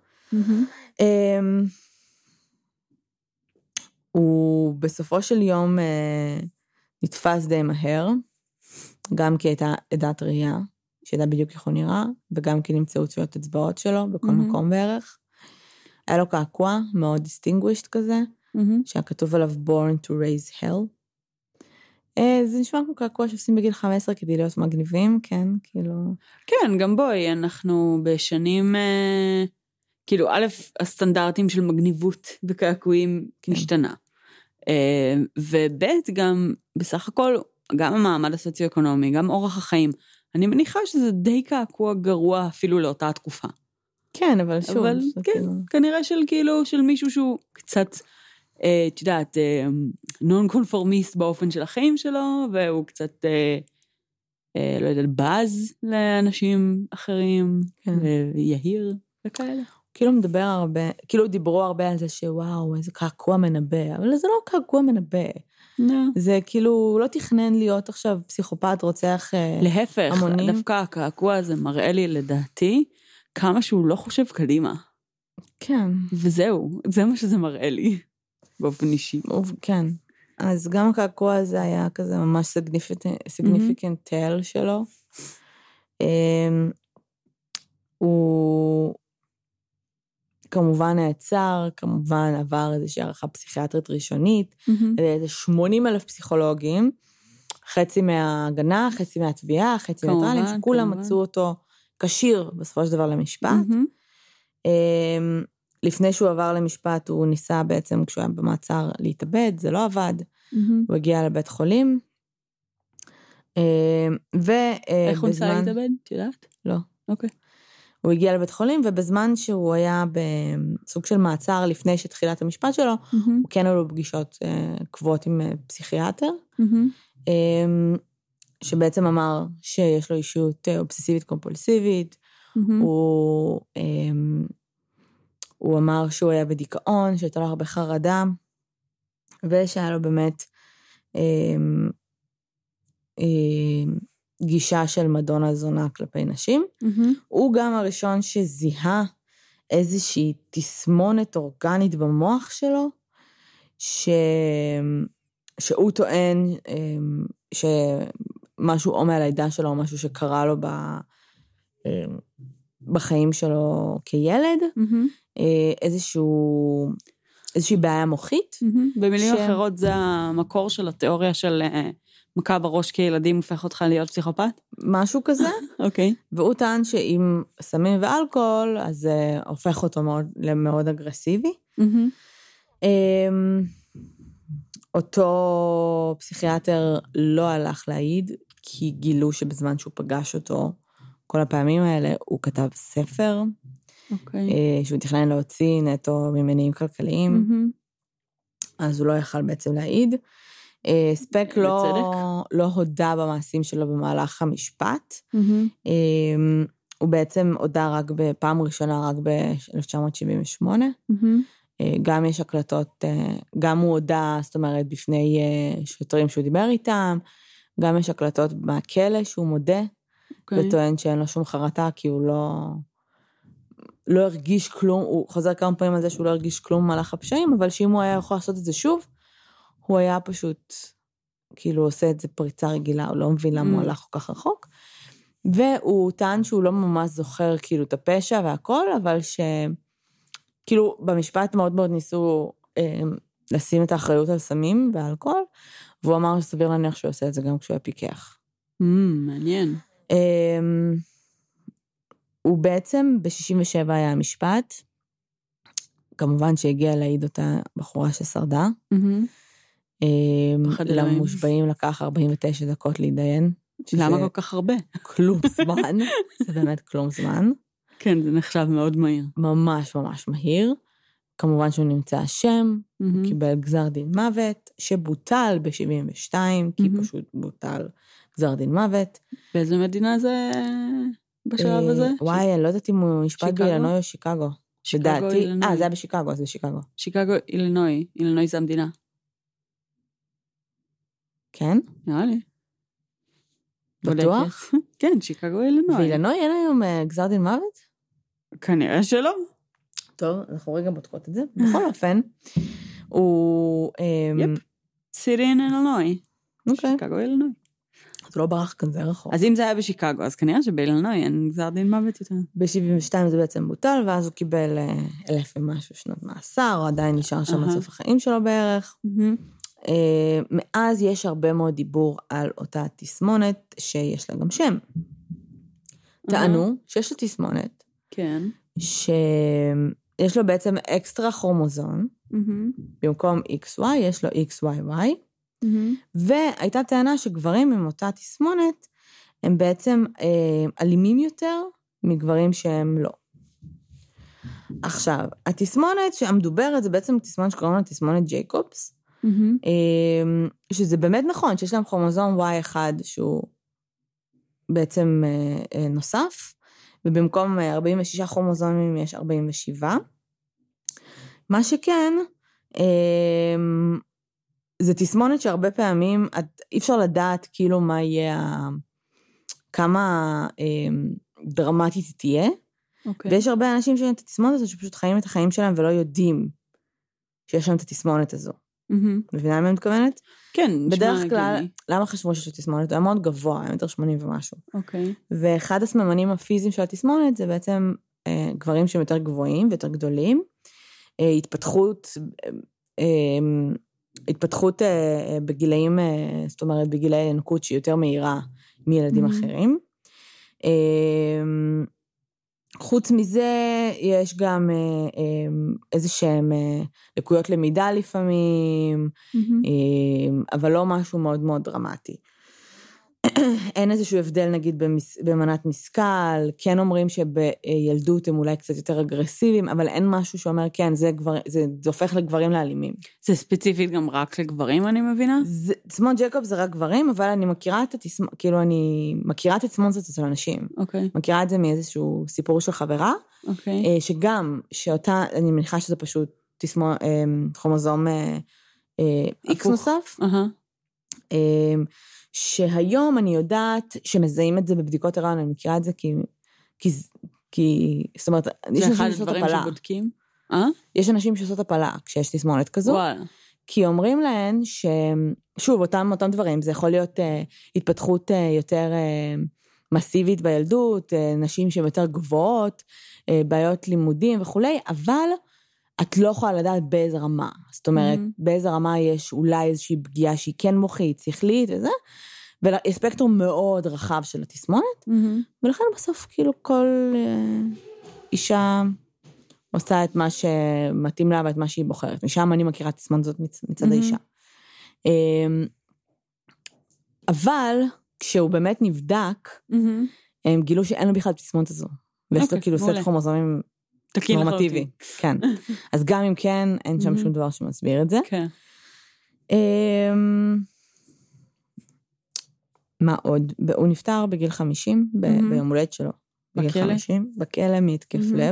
הוא בסופו של יום נתפס די מהר, גם כי הייתה עדת ראייה, שידע בדיוק איך הוא נראה, וגם כי נמצאו טביעות אצבעות שלו, בכל מקום בערך. היה לו קעקוע מאוד distinguished כזה, שהיה כתוב עליו born to raise hell. זה נשמע כמו קעקוע שעושים בגיל 15 כדי להיות מגניבים, כן, כאילו... כן, גם בואי, אנחנו בשנים, כאילו, א', הסטנדרטים של מגניבות בקעקועים משתנה. וב' גם, בסך הכל, גם המעמד הסוציו-אקונומי, גם אורח החיים, אני מניחה שזה די קעקוע גרוע אפילו לאותה תקופה. כן, אבל שוב. אבל כן, כאילו... כנראה של כאילו, של מישהו שהוא קצת, את יודעת, נון-קונפורמיסט באופן של החיים שלו, והוא קצת, לא יודעת, בז לאנשים אחרים, כן. ויהיר וכאלה. כאילו מדבר הרבה, כאילו דיברו הרבה על זה שוואו, איזה קעקוע מנבא, אבל זה לא קעקוע מנבא. No. זה כאילו, לא תכנן להיות עכשיו פסיכופת, רוצח להפך, המונים. דווקא הקעקוע הזה מראה לי לדעתי, כמה שהוא לא חושב קדימה. כן. וזהו, זה מה שזה מראה לי, באופן אישי. כן. אז גם הקעקוע הזה היה כזה ממש significant tale שלו. הוא כמובן נעצר, כמובן עבר איזושהי הערכה פסיכיאטרית ראשונית, איזה 80,000 פסיכולוגים, חצי מההגנה, חצי מהתביעה, חצי ניטרלים, שכולם מצאו אותו כשיר בסופו של דבר למשפט. לפני שהוא עבר למשפט, הוא ניסה בעצם, כשהוא היה במעצר, להתאבד, זה לא עבד. הוא הגיע לבית חולים. איך הוא ניסה להתאבד? את יודעת? לא. אוקיי. הוא הגיע לבית חולים, ובזמן שהוא היה בסוג של מעצר לפני שתחילת המשפט שלו, הוא כן היו לו פגישות קבועות עם פסיכיאטר, שבעצם אמר שיש לו אישיות אובססיבית קומפולסיבית, הוא אמר שהוא היה בדיכאון, שהייתה לו הרבה חרדה, ושהיה לו באמת גישה של מדונה זונה כלפי נשים. הוא גם הראשון שזיהה איזושהי תסמונת אורגנית במוח שלו, שהוא טוען שמשהו או מהלידה שלו, או משהו שקרה לו בחיים שלו כילד, איזושהי בעיה מוחית. במילים אחרות זה המקור של התיאוריה של מכה בראש כילדים הופך אותך להיות פסיכופת? משהו כזה. אוקיי. והוא טען שאם סמים ואלכוהול, אז זה הופך אותו למאוד אגרסיבי. אותו פסיכיאטר לא הלך להעיד, כי גילו שבזמן שהוא פגש אותו, כל הפעמים האלה, הוא כתב ספר, שהוא תכנן להוציא נטו ממניעים כלכליים, אז הוא לא יכל בעצם להעיד. ספק לא הודע במעשים שלו במהלך המשפט, הוא בעצם הודע רק בפעם ראשונה, רק ב-1978, גם יש הקלטות, גם הוא הודע, זאת אומרת, בפני שוטרים שהוא דיבר איתם, גם יש הקלטות מהכלא שהוא מודה, וטוען שאין לו שום חרטה, כי הוא לא הרגיש כלום, הוא חוזר כמה פעמים על זה שהוא לא הרגיש כלום במהלך הפשעים, אבל שאם הוא היה יכול לעשות את זה שוב, הוא היה פשוט, כאילו עושה את זה פריצה רגילה, הוא לא מבין למה הוא הלך כל כך רחוק, והוא טען שהוא לא ממש זוכר כאילו את הפשע והכל, אבל כאילו במשפט מאוד מאוד ניסו לשים את האחריות על סמים ואלכוהול, והוא אמר שסביר להניח שהוא עושה את זה גם כשהוא היה פיקח. מעניין. הוא בעצם ב-67 היה המשפט, כמובן שהגיע להעיד אותה בחורה ששרדה, למושבעים לקח 49 דקות להידיין. למה כל כך הרבה? כלום זמן, זה באמת כלום זמן. כן, זה נחשב מאוד מהיר. ממש ממש מהיר. כמובן שהוא נמצא אשם, הוא קיבל גזר דין מוות, שבוטל ב-72, כי פשוט בוטל גזר דין מוות. באיזה מדינה זה בשלב הזה? וואי, אני לא יודעת אם הוא נשפט באילנוי או שיקגו. שיקגו, אילינוי. זה היה בשיקגו, אז בשיקגו. שיקגו, אילינוי. אילינוי זה המדינה. כן? נראה לי. בטוח? כן, שיקגו, אילינוי. ואילינוי אין היום גזר דין מוות? כנראה שלא. טוב, אנחנו רגע בודקות את זה. בכל אופן, הוא... יפ. סיטי אין אילינוי. אוקיי. שיקגו, אילינוי. זה לא ברח כזה רחוק. אז אם זה היה בשיקגו, אז כנראה שבאילינוי אין גזר דין מוות יותר. ב-72 זה בעצם בוטל, ואז הוא קיבל 1,000 ומשהו שנות מאסר, הוא עדיין נשאר שם עד סוף החיים שלו בערך. מאז יש הרבה מאוד דיבור על אותה תסמונת, שיש לה גם שם. טענו שיש לה תסמונת, כן. שיש לו בעצם אקסטרה כרומוזום, במקום XY, יש לו XYY, והייתה טענה שגברים עם אותה תסמונת, הם בעצם אלימים יותר מגברים שהם לא. עכשיו, התסמונת שהמדוברת זה בעצם תסמונת שקוראים לה תסמונת ג'ייקובס, שזה באמת נכון, שיש להם כרומוזום Y1 שהוא בעצם נוסף, ובמקום 46 כרומוזומים יש 47. מה שכן, זה תסמונת שהרבה פעמים, אי אפשר לדעת כאילו מה יהיה, כמה דרמטית היא תהיה, ויש הרבה אנשים שיש את התסמונת הזו, שפשוט חיים את החיים שלהם ולא יודעים שיש להם את התסמונת הזו. מבינה מה אני מתכוונת? כן. בדרך כלל, למה חשבו שיש לו תסמונת? הוא היה מאוד גבוה, היה 1.80 ומשהו. אוקיי. ואחד הסממנים הפיזיים של התסמונת, זה בעצם גברים שהם יותר גבוהים ויותר גדולים, התפתחות בגילאים, זאת אומרת, בגילי ינקות שהיא יותר מהירה מילדים אחרים. חוץ מזה, יש גם איזה שהם לקויות למידה לפעמים, אבל לא משהו מאוד מאוד דרמטי. אין איזשהו הבדל, נגיד, במנת משכל, כן אומרים שבילדות הם אולי קצת יותר אגרסיביים, אבל אין משהו שאומר, כן, זה הופך לגברים לאלימים. זה ספציפית גם רק לגברים, אני מבינה? תסמונת ג'ייקוב זה רק גברים, אבל אני מכירה את כאילו, אני מכירה את התסמונת הזאת אצל אנשים. אוקיי. מכירה את זה מאיזשהו סיפור של חברה, שגם, שאותה, אני מניחה שזה פשוט כרומוזום X נוסף, שהיום אני יודעת שמזהים את זה בבדיקות הריון, אני מכירה את זה כי זאת אומרת, יש אנשים שעושות הפלה. שבודקים? יש אנשים שעושות הפלה כשיש תסמונת כזו, כי אומרים להן שוב, אותם דברים, זה יכול להיות התפתחות יותר מסיבית בילדות, נשים שהן יותר גבוהות, בעיות לימודים וכולי, אבל את לא יכולה לדעת באיזה רמה. זאת אומרת, באיזה רמה יש אולי איזושהי פגיעה שהיא כן מוחית, שכלית וזה, ויש ספקטרום מאוד רחב של התסמונת, ולכן בסוף כאילו כל אישה עושה את מה שמתאים לה ואת מה שהיא בוחרת. משם אני מכירה תסמונת זאת מצד האישה. אבל כשהוא באמת נבדק, הם גילו שאין לו בכלל תסמונת הזו. ויש לו כאילו סט כרומוזומים נורמטיבי. כן. אז גם אם כן, אין שם שום דבר שמסביר את זה. כן. מה עוד? הוא נפטר בגיל 50, ביום הולדת שלו. בגיל 50, בכלא מהתקף לב.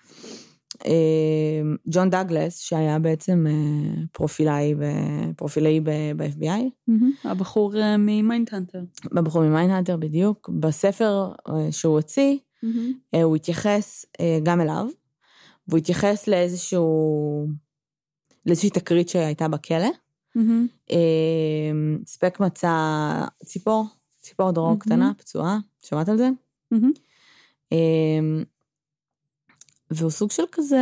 ג'ון דאגלס, שהיה בעצם פרופילאי ב-FBI. הבחור ממיינדהנטר. הבחור ממיינדהנטר, בדיוק. בספר שהוא הוציא, הוא התייחס גם אליו, והוא התייחס לאיזושהי תקרית שהייתה בכלא. ספק מצא ציפור דרור קטנה, פצועה, שמעת על זה? והוא סוג של כזה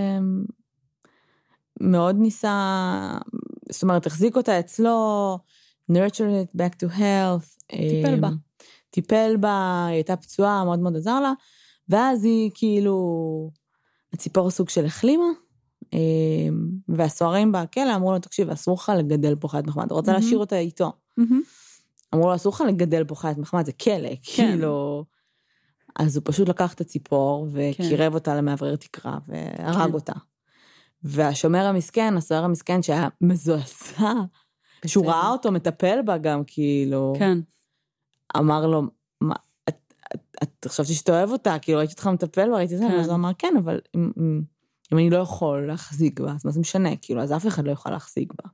מאוד ניסה, זאת אומרת, החזיק אותה אצלו, nurture it back to health, טיפל בה, היא הייתה פצועה, מאוד מאוד עזר לה, ואז היא כאילו, הציפור סוג של החלימה, והסוהרים בכלא אמרו לו, תקשיב, אסור לך לגדל פה חיית מחמד, אתה רוצה להשאיר אותה איתו. אמרו לו, אסור לך לגדל פה חיית מחמד, זה כלא, כאילו. אז הוא פשוט לקח את הציפור, וקירב אותה למעברר תקרה, והרג אותה. והשומר המסכן, הסוהר המסכן, שהיה מזועזע, שהוא ראה אותו מטפל בה גם, כאילו, אמר לו, את חשבתי שאתה אוהב אותה, כאילו ראיתי אותך מטפל בה, ראיתי זה, אז הוא אמר, כן, אבל אם אני לא יכול להחזיק בה, אז מה זה משנה? כאילו, אז אף אחד לא יכול להחזיק בה.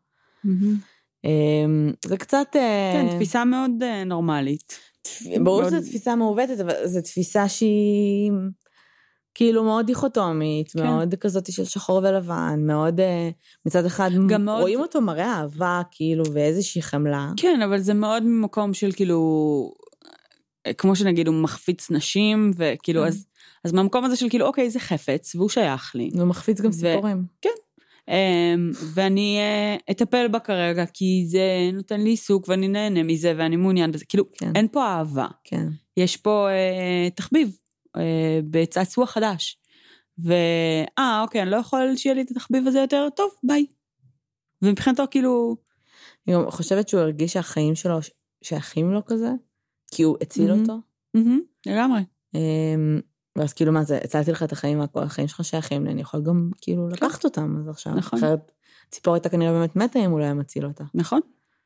זה קצת... כן, תפיסה מאוד נורמלית. ברור שזו תפיסה מעוותת, אבל זו תפיסה שהיא כאילו מאוד דיכוטומית, מאוד כזאת של שחור ולבן, מאוד מצד אחד רואים אותו מראה אהבה, כאילו, ואיזושהי חמלה. כן, אבל זה מאוד ממקום של כאילו, כמו שנגיד, הוא מחפיץ נשים, וכאילו, אז מהמקום הזה של כאילו, אוקיי, זה חפץ, והוא שייך לי. הוא מחפיץ גם סיפורים. כן. ואני אטפל בה כרגע, כי זה נותן לי עיסוק, ואני נהנה מזה, ואני מעוניין בזה. כאילו, אין פה אהבה. כן. יש פה תחביב, בצעצוע חדש. אוקיי, אני לא יכול שיהיה לי את התחביב הזה יותר, טוב, ביי. ומבחינתו, כאילו... אני חושבת שהוא הרגיש שהחיים שלו שייכים לו כזה, כי הוא הציל אותו. לגמרי. ואז כאילו מה זה, הצלתי לך את החיים, החיים שלך שייכים לי, אני יכול גם כאילו לקחת אותם, אז עכשיו, אחרת ציפור הייתה כנראה באמת מתה אם הוא לא היה מציל אותה. נכון.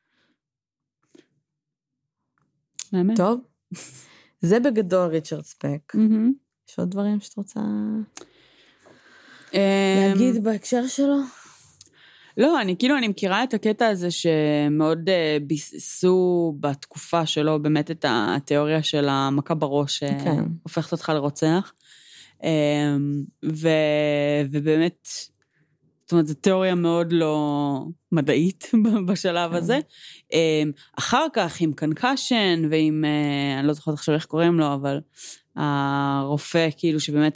טוב. זה בגדול ריצ'רד ספק. יש עוד דברים שאת רוצה להגיד בהקשר שלו? לא, אני מכירה את הקטע הזה שמאוד ביססו בתקופה שלו באמת את התיאוריה של המכה בראש שהופכת אותך לרוצח. ובאמת, זאת אומרת, זו תיאוריה מאוד לא מדעית בשלב הזה. אחר כך עם קנקשן ועם, אני לא זוכרת עכשיו איך קוראים לו, אבל הרופא כאילו שבאמת,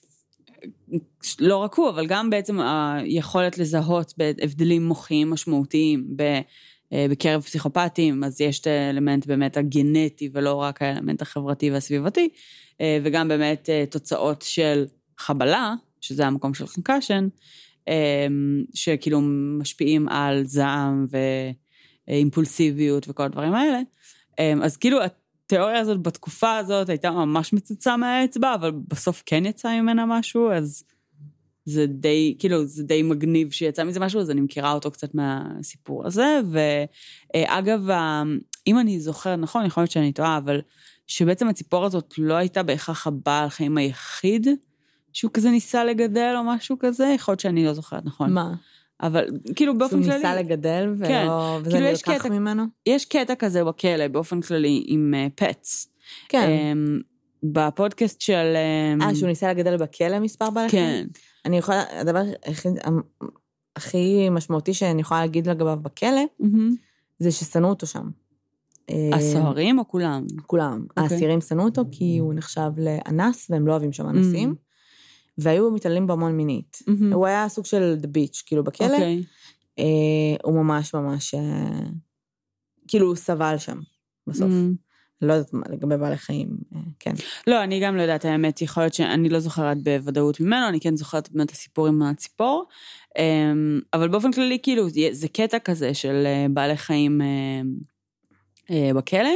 לא רק הוא, אבל גם בעצם היכולת לזהות בהבדלים מוחיים משמעותיים בקרב פסיכופטים, אז יש את האלמנט באמת הגנטי ולא רק האלמנט החברתי והסביבתי, וגם באמת תוצאות של חבלה, שזה המקום של קונקשן, שכאילו משפיעים על זעם ואימפולסיביות וכל הדברים האלה. אז כאילו התיאוריה הזאת בתקופה הזאת הייתה ממש מצוצה מהאצבע, אבל בסוף כן יצא ממנה משהו, אז זה די, כאילו, זה די מגניב שיצא מזה משהו, אז אני מכירה אותו קצת מהסיפור הזה, ואגב, אם אני זוכר, נכון, יכול להיות שאני טועה, אבל שבעצם הציפור הזאת לא הייתה בהכרח הבעל חיים היחיד, שהוא כזה ניסה לגדל או משהו כזה, יכול להיות שאני לא זוכרת, נכון. מה? אבל כאילו באופן כללי... שהוא ניסה לגדל וזה נלקח ממנו? יש קטע כזה בכלא, באופן כללי, עם פטס. כן. בפודקאסט של... שהוא ניסה לגדל בכלא מספר בעלי חיים? כן. אני יכולה, הדבר הכי משמעותי שאני יכולה להגיד לגביו בכלא, זה ששנאו אותו שם. הסוהרים או כולם? כולם. האסירים שנאו אותו כי הוא נחשב לאנס, והם לא אוהבים שם אנסים, והיו מתעללים בהמון מינית. הוא היה סוג של The Beach, כאילו בכלא, הוא ממש, כאילו הוא סבל שם, בסוף. לא יודעת מה, לגבי בעלי חיים, כן. לא, אני גם לא יודעת, האמת, יכול להיות שאני לא זוכרת בוודאות ממנו, אני כן זוכרת באמת הסיפור עם הציפור, אבל באופן כללי, כאילו, זה קטע כזה של בעלי חיים בכלא,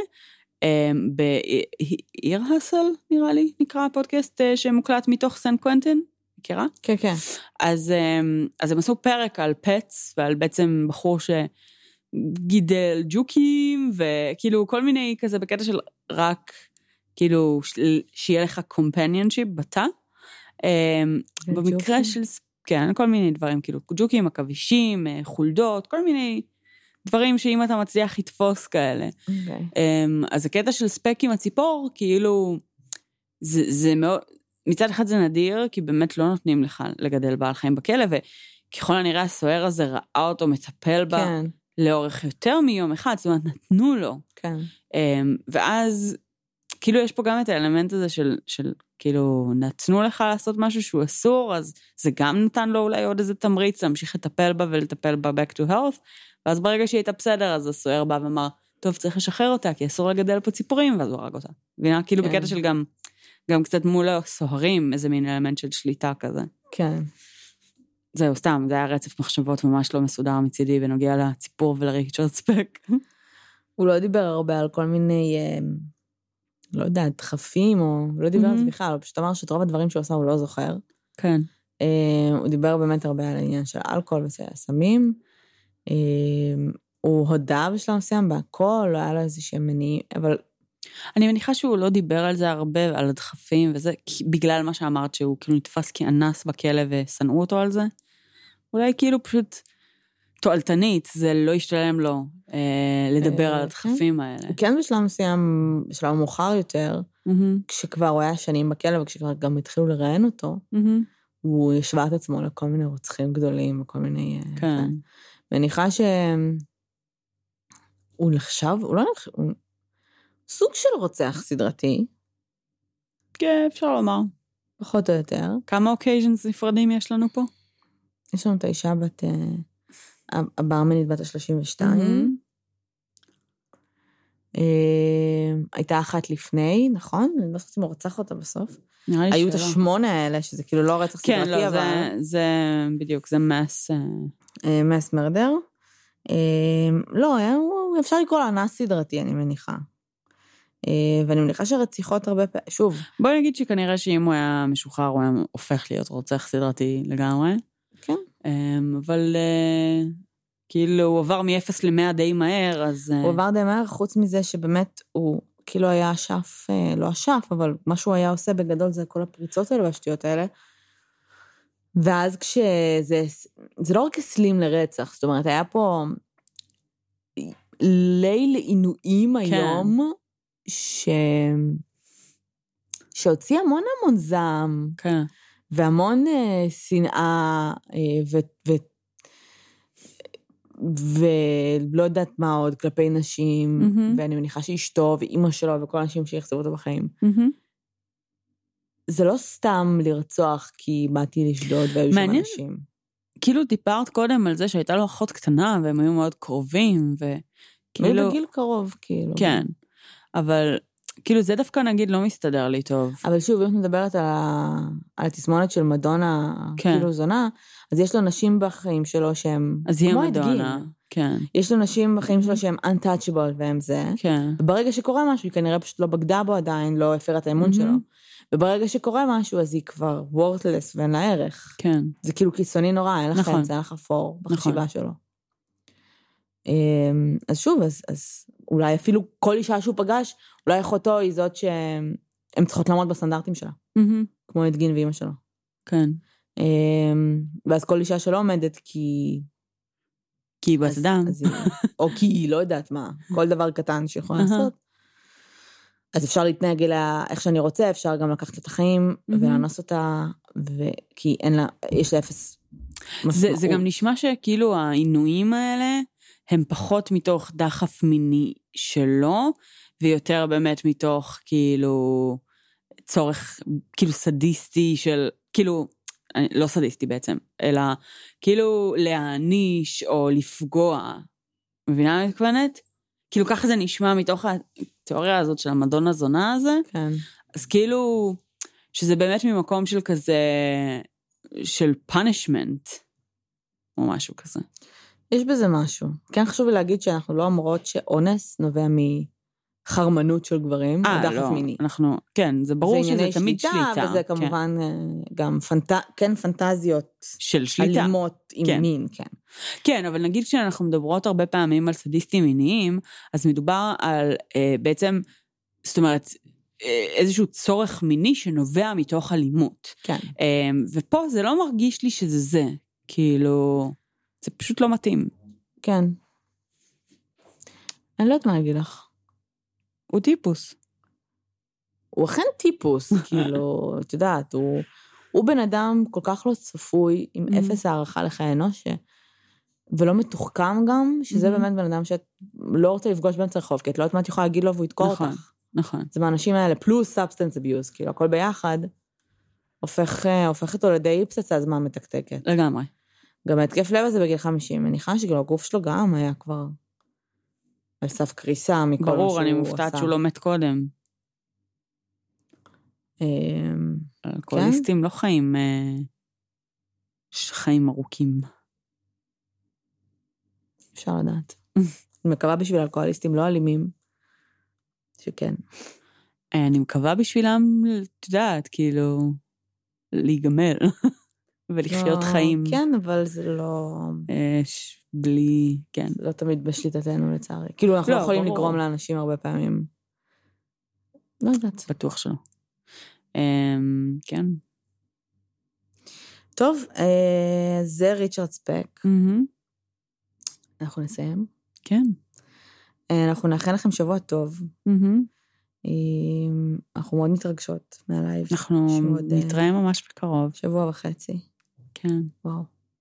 באיר הסל, נראה לי, נקרא הפודקאסט שמוקלט מתוך סן קוונטין, מכירה? כן, כן. אז הם עשו פרק על פטס, ועל בעצם בחור גידל ג'וקים, וכאילו כל מיני כזה בקטע של רק, כאילו, שיהיה לך companionship בתא. במקרה של, כן, כל מיני דברים, כאילו, ג'וקים, עכבישים, חולדות, כל מיני דברים שאם אתה מצליח לתפוס כאלה. אז הקטע של ספק עם הציפור, כאילו, זה מאוד, מצד אחד זה נדיר, כי באמת לא נותנים לך לגדל בעל חיים בכלא, וככל הנראה הסוהר הזה ראה אותו מטפל בה, כן. לאורך יותר מיום אחד, זאת אומרת, נתנו לו. כן. ואז, כאילו, יש פה גם את האלמנט הזה של כאילו, נתנו לך לעשות משהו שהוא אסור, אז זה גם נתן לו אולי עוד איזה תמריץ, להמשיך לטפל בה ולטפל בה back to health, ואז ברגע שהיא הייתה בסדר, אז הסוהר בא ואמר, טוב, צריך לשחרר אותה, כי אסור לגדל פה ציפורים, ואז הוא הרג אותה. והנה, כאילו, כן. בקטע של גם קצת מול הסוהרים, איזה מין אלמנט של שליטה כזה. כן. זהו, סתם, זה היה רצף מחשבות ממש לא מסודר מצידי, בנוגע לציפור ולריצ'רד ספק. הוא לא דיבר הרבה על כל מיני, לא יודע, דחפים, או לא דיבר על זה בכלל, הוא פשוט אמר שאת רוב הדברים שהוא עושה הוא לא זוכר. כן. הוא דיבר באמת הרבה על העניין של אלכוהול וסמים, הוא הודע בשלב מסוים בהכל, לא היה לו איזושהי מניעים, אבל אני מניחה שהוא לא דיבר על זה הרבה, על הדחפים וזה, בגלל מה שאמרת שהוא כאילו נתפס כאנס בכלא ושנאו אותו על זה. אולי כאילו פשוט תועלתנית, זה לא ישתלם לו לדבר על הדחפים האלה. כן בשלב מסוים, בשלב מאוחר יותר, כשכבר הוא היה שנים בכלא, וכשכבר גם התחילו לראיין אותו, הוא ישווה את עצמו לכל מיני רוצחים גדולים, וכל מיני... כן. מניחה הוא נחשב, הוא לא נחשב, הוא סוג של רוצח סדרתי. כן, אפשר לומר. פחות או יותר. כמה אוקייז'נס נפרדים יש לנו פה? יש לנו את האישה הברמנית בת ה-32. הייתה אחת לפני, נכון? אני לא חושבת אם הוא רצח אותה בסוף. היו את 8 האלה, שזה כאילו לא רצח סדרתי, כן, לא, זה בדיוק, זה מס מרדר. לא, אפשר לקרוא לה אנס סדרתי, אני מניחה. ואני מניחה שרציחות הרבה פעמים, שוב. בואי נגיד שכנראה שאם הוא היה משוחרר, הוא היה הופך להיות רוצח סדרתי לגמרי. כן. אבל כאילו הוא עבר מ-0 ל-100 די מהר, אז... הוא עבר די מהר, חוץ מזה שבאמת הוא כאילו היה אשף, לא אשף, אבל מה שהוא היה עושה בגדול זה כל הפריצות האלה והשטויות האלה. ואז זה לא רק הסלים לרצח, זאת אומרת, היה פה ליל עינויים היום, שהוציא המון זעם, כן. והמון שנאה, ולא יודעת מה עוד, כלפי נשים, ואני מניחה שאשתו ואימא שלו, וכל האנשים שיחזרו אותו בחיים. זה לא סתם לרצוח, כי באתי לשדוד והיו שם אנשים. כאילו דיברת קודם על זה שהייתה לו אחות קטנה, והם היו מאוד קרובים, וכאילו... היו בגיל קרוב, כאילו. כן, אבל כאילו זה דווקא נגיד לא מסתדר לי טוב. אבל שוב, אם את מדברת על התסמונת של מדונה, כאילו זונה, אז יש לו נשים בחיים שלו שהם... אז היא המדונה, כן. יש לו נשים בחיים שלו שהם untouchable, והם זה. כן. וברגע שקורה משהו, היא כנראה פשוט לא בגדה בו עדיין, לא הפרה את האמון שלו. וברגע שקורה משהו, אז היא כבר worthless ואין לה ערך. כן. זה כאילו קיצוני נורא, אין לך זה, אין לך אפור בחשיבה שלו. אז שוב, אז אולי אפילו כל אישה שהוא פגש, אולי אחותו היא זאת שהן צריכות לעמוד בסטנדרטים שלה. כמו את גין ואימא שלו. כן. ואז כל אישה שלא עומדת כי היא בת אדם. או כי היא לא יודעת מה, כל דבר קטן שיכולה לעשות. אז אפשר להתנהג אליה איך שאני רוצה, אפשר גם לקחת את החיים ולאנוס אותה, כי אין לה, יש לה אפס משמעות. זה גם נשמע שכאילו העינויים האלה, הם פחות מתוך דחף מיני שלו, ויותר באמת מתוך כאילו צורך כאילו סדיסטי של, כאילו, לא סדיסטי בעצם, אלא כאילו להעניש או לפגוע. מבינה מה מתכוונת? כאילו ככה זה נשמע מתוך התיאוריה הזאת של המדונה זונה הזה. כן. אז כאילו, שזה באמת ממקום של כזה, של punishment, או משהו כזה. יש בזה משהו. כן חשוב לי להגיד שאנחנו לא אמורות שאונס נובע מחרמנות של גברים, או דחף מיני. אנחנו, כן, זה ברור שזה תמיד שליטה. וזה כמובן גם פנטזיות של שליטה. אלימות עם מין, כן. כן, אבל נגיד כשאנחנו מדברות הרבה פעמים על סדיסטים מיניים, אז מדובר על בעצם, זאת אומרת, איזשהו צורך מיני שנובע מתוך אלימות. כן. ופה זה לא מרגיש לי שזה זה, כאילו, זה פשוט לא מתאים. כן. אני לא יודעת מה להגיד לך. הוא טיפוס. הוא אכן טיפוס, כאילו, את יודעת, הוא בן אדם כל כך לא צפוי, עם אפס הערכה לחיי אנוש, ולא מתוחכם גם, שזה באמת בן אדם שאת לא רוצה לפגוש באמצע רחוב, כי את לא יודעת מה את יכולה להגיד לו והוא יתקור אותך. נכון. זה מהאנשים האלה, פלוס substance abuse, כאילו, הכל ביחד, הופך אותו לידי פצצה זמן מתקתקת. לגמרי. גם ההתקף לב הזה בגיל 50, מניחה שכאילו הגוף שלו גם היה כבר על סף קריסה מכל מה שהוא עשה. ברור, אני מופתעת שהוא לא מת קודם. אלכוהוליסטים לא חיים ארוכים. אפשר לדעת. אני מקווה בשביל אלכוהוליסטים לא אלימים, שכן. אני מקווה בשבילם, את יודעת, כאילו, להיגמר, ולחיות חיים. כן, אבל זה לא... בלי, כן. לא תמיד בשליטתנו לצערי. כאילו, אנחנו לא יכולים לגרום לאנשים הרבה פעמים לא יודעת. בטוח שלא. כן. טוב, זה ריצ'רד ספק. אנחנו נסיים. כן. אנחנו נאחל לכם שבוע טוב. אנחנו מאוד מתרגשות מהלייב. אנחנו נתראה ממש בקרוב. שבוע וחצי. כן. וואו.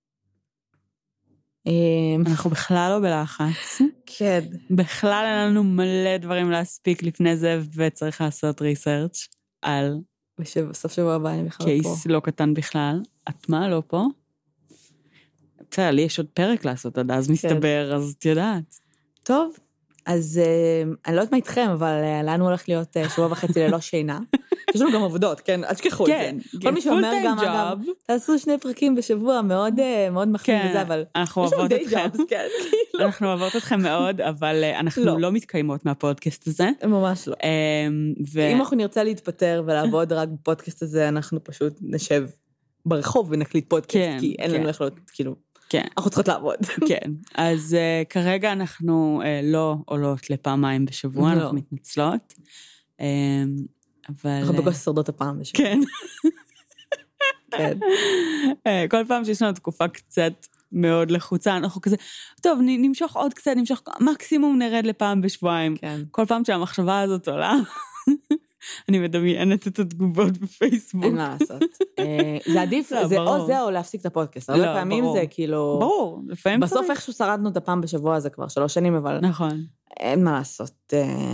אנחנו בכלל לא בלחץ. כן. בכלל אין לנו מלא דברים להספיק לפני זה, וצריך לעשות ריסרצ' על... בסוף שבוע הבא אני בכלל פה. קייס לא קטן בכלל. את מה לא פה? בסדר, לי יש עוד פרק לעשות עד אז מסתבר, אז את יודעת. טוב, אז אני לא יודעת מה איתכם, אבל לנו הולך להיות שבוע וחצי ללא שינה. יש לנו גם עבודות, כן? אל תשכחו את זה. כל מי שאומר גם, אגב, תעשו 2 פרקים בשבוע, מאוד מחמיא וזה, אבל אנחנו אוהבות אתכם. אנחנו אוהבות אתכם מאוד, אבל אנחנו לא מתקיימות מהפודקאסט הזה. ממש לא. אם אנחנו נרצה להתפטר ולעבוד רק בפודקאסט הזה, אנחנו פשוט נשב ברחוב ונקליט פודקאסט, כי אין לנו יכולות, כאילו, אנחנו צריכות לעבוד. כן, אז כרגע אנחנו לא עולות לפעמיים בשבוע, אנחנו מתנצלות. אנחנו בקושי שורדות הפעם בשבוע. כן. כן. כל פעם שיש לנו תקופה קצת מאוד לחוצה, אנחנו כזה, טוב, נמשוך עוד קצת, מקסימום נרד לפעם בשבועיים. כל פעם שהמחשבה הזאת עולה, אני מדמיינת את התגובות בפייסבוק. אין מה לעשות. זה עדיף, זה או זה או להפסיק את הפודקאסט. הרבה פעמים זה כאילו... ברור, לפעמים צריך. בסוף איכשהו שרדנו את הפעם בשבוע הזה כבר 3 שנים, אבל... נכון. אין מה לעשות.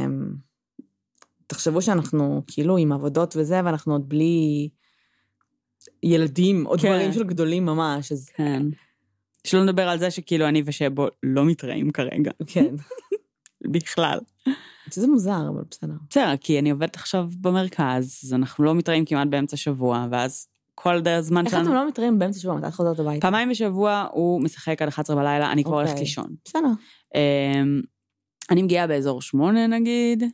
תחשבו שאנחנו כאילו עם עבודות וזה, ואנחנו עוד בלי ילדים, או דברים של גדולים ממש. כן. שלא נדבר על זה שכאילו אני ושבו לא מתראים כרגע. כן. בכלל. שזה מוזר, אבל בסדר. בסדר, כי אני עובדת עכשיו במרכז, אז אנחנו לא מתראים כמעט באמצע שבוע, ואז כל הזמן שלנו... איך אתם לא מתראים באמצע שבוע? מתי את חוזרת הביתה? פעמיים בשבוע הוא משחק עד 11 בלילה, אני כבר הולכת לישון. בסדר. אני מגיעה באזור 8 נגיד,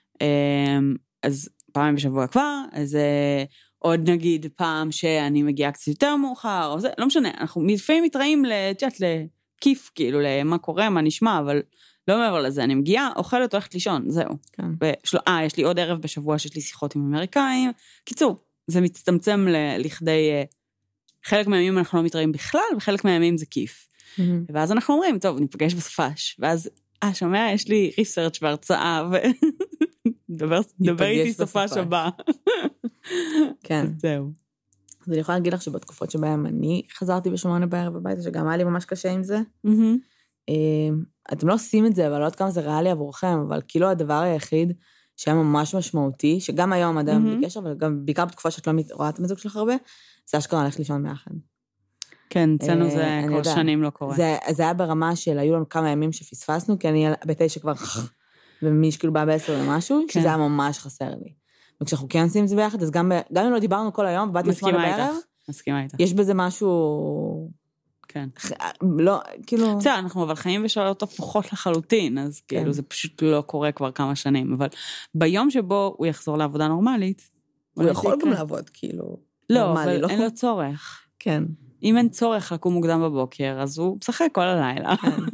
אז פעמיים בשבוע כבר, אז עוד נגיד פעם שאני מגיעה קצת יותר מאוחר, או זה, לא משנה, אנחנו לפעמים מתראים לכיף, כאילו, למה קורה, מה נשמע, אבל לא מעבר לזה, אני מגיעה, אוכלת, הולכת לישון, זהו. כן. יש לי עוד ערב בשבוע שיש לי שיחות עם אמריקאים, קיצור, זה מצטמצם לכדי, חלק מהימים אנחנו לא מתראים בכלל, וחלק מהימים זה כיף. ואז אנחנו אומרים, טוב, ניפגש בסופש, ואז, שומע, יש לי ריסרצ' והרצאה, דבר איתי סופש הבא. כן. זהו. אז אני יכולה להגיד לך שבתקופות שבהם אני חזרתי ב8 בערב הביתה, שגם היה לי ממש קשה עם זה. אתם לא עושים את זה, אבל לא יודעת כמה זה ריאלי עבורכם, אבל כאילו הדבר היחיד שהיה ממש משמעותי, שגם היום עדיין בלי קשר, אבל גם בעיקר בתקופה שאת לא רואה את המזוג שלך הרבה, זה אשכרה הולך לישון ביחד. כן, אצלנו זה כל שנים לא קורה. זה היה ברמה של, היו לנו כמה ימים שפספסנו, כי אני ב9 כבר, ומי שכאילו בא ב10 ומשהו, שזה היה ממש חסר לי. וכשאנחנו כן עושים את זה ביחד, אז גם אם לא דיברנו כל היום, ובאתי 8 בערב, מסכימה איתך. יש בזה משהו... כן. לא, כאילו... בסדר, אנחנו אבל חיים בשעות הפוכות לחלוטין, אז כאילו זה פשוט לא קורה כבר כמה שנים, אבל ביום שבו הוא יחזור לעבודה נורמלית... הוא יכול גם לעבוד, כאילו... לא, אבל אין לו צורך. כן. אם אין צורך לקום מוקדם בבוקר, אז הוא משחק כל הלילה.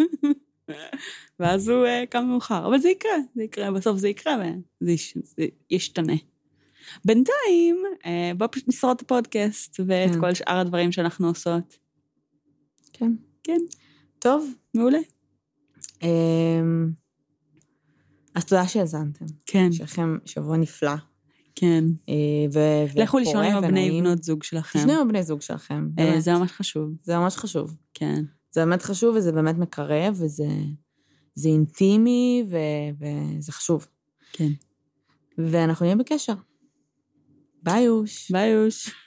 ואז הוא קם מאוחר. אבל זה יקרה, בסוף זה יקרה, וזה ישתנה. בינתיים, בוא פשוט נשרוד את הפודקאסט, ואת כל שאר הדברים שאנחנו עושות. כן. כן. טוב. מעולה. אז תודה שהזנתם. כן. שלכם שבוע נפלא. כן. לכו לישון עם הבני בנות זוג שלכם. תשנו עם הבני זוג שלכם. זה ממש חשוב. זה ממש חשוב. כן. זה באמת חשוב, וזה באמת מקרב, וזה אינטימי, וזה חשוב. כן. ואנחנו נהיה בקשר. ביי יוש. ביי יוש.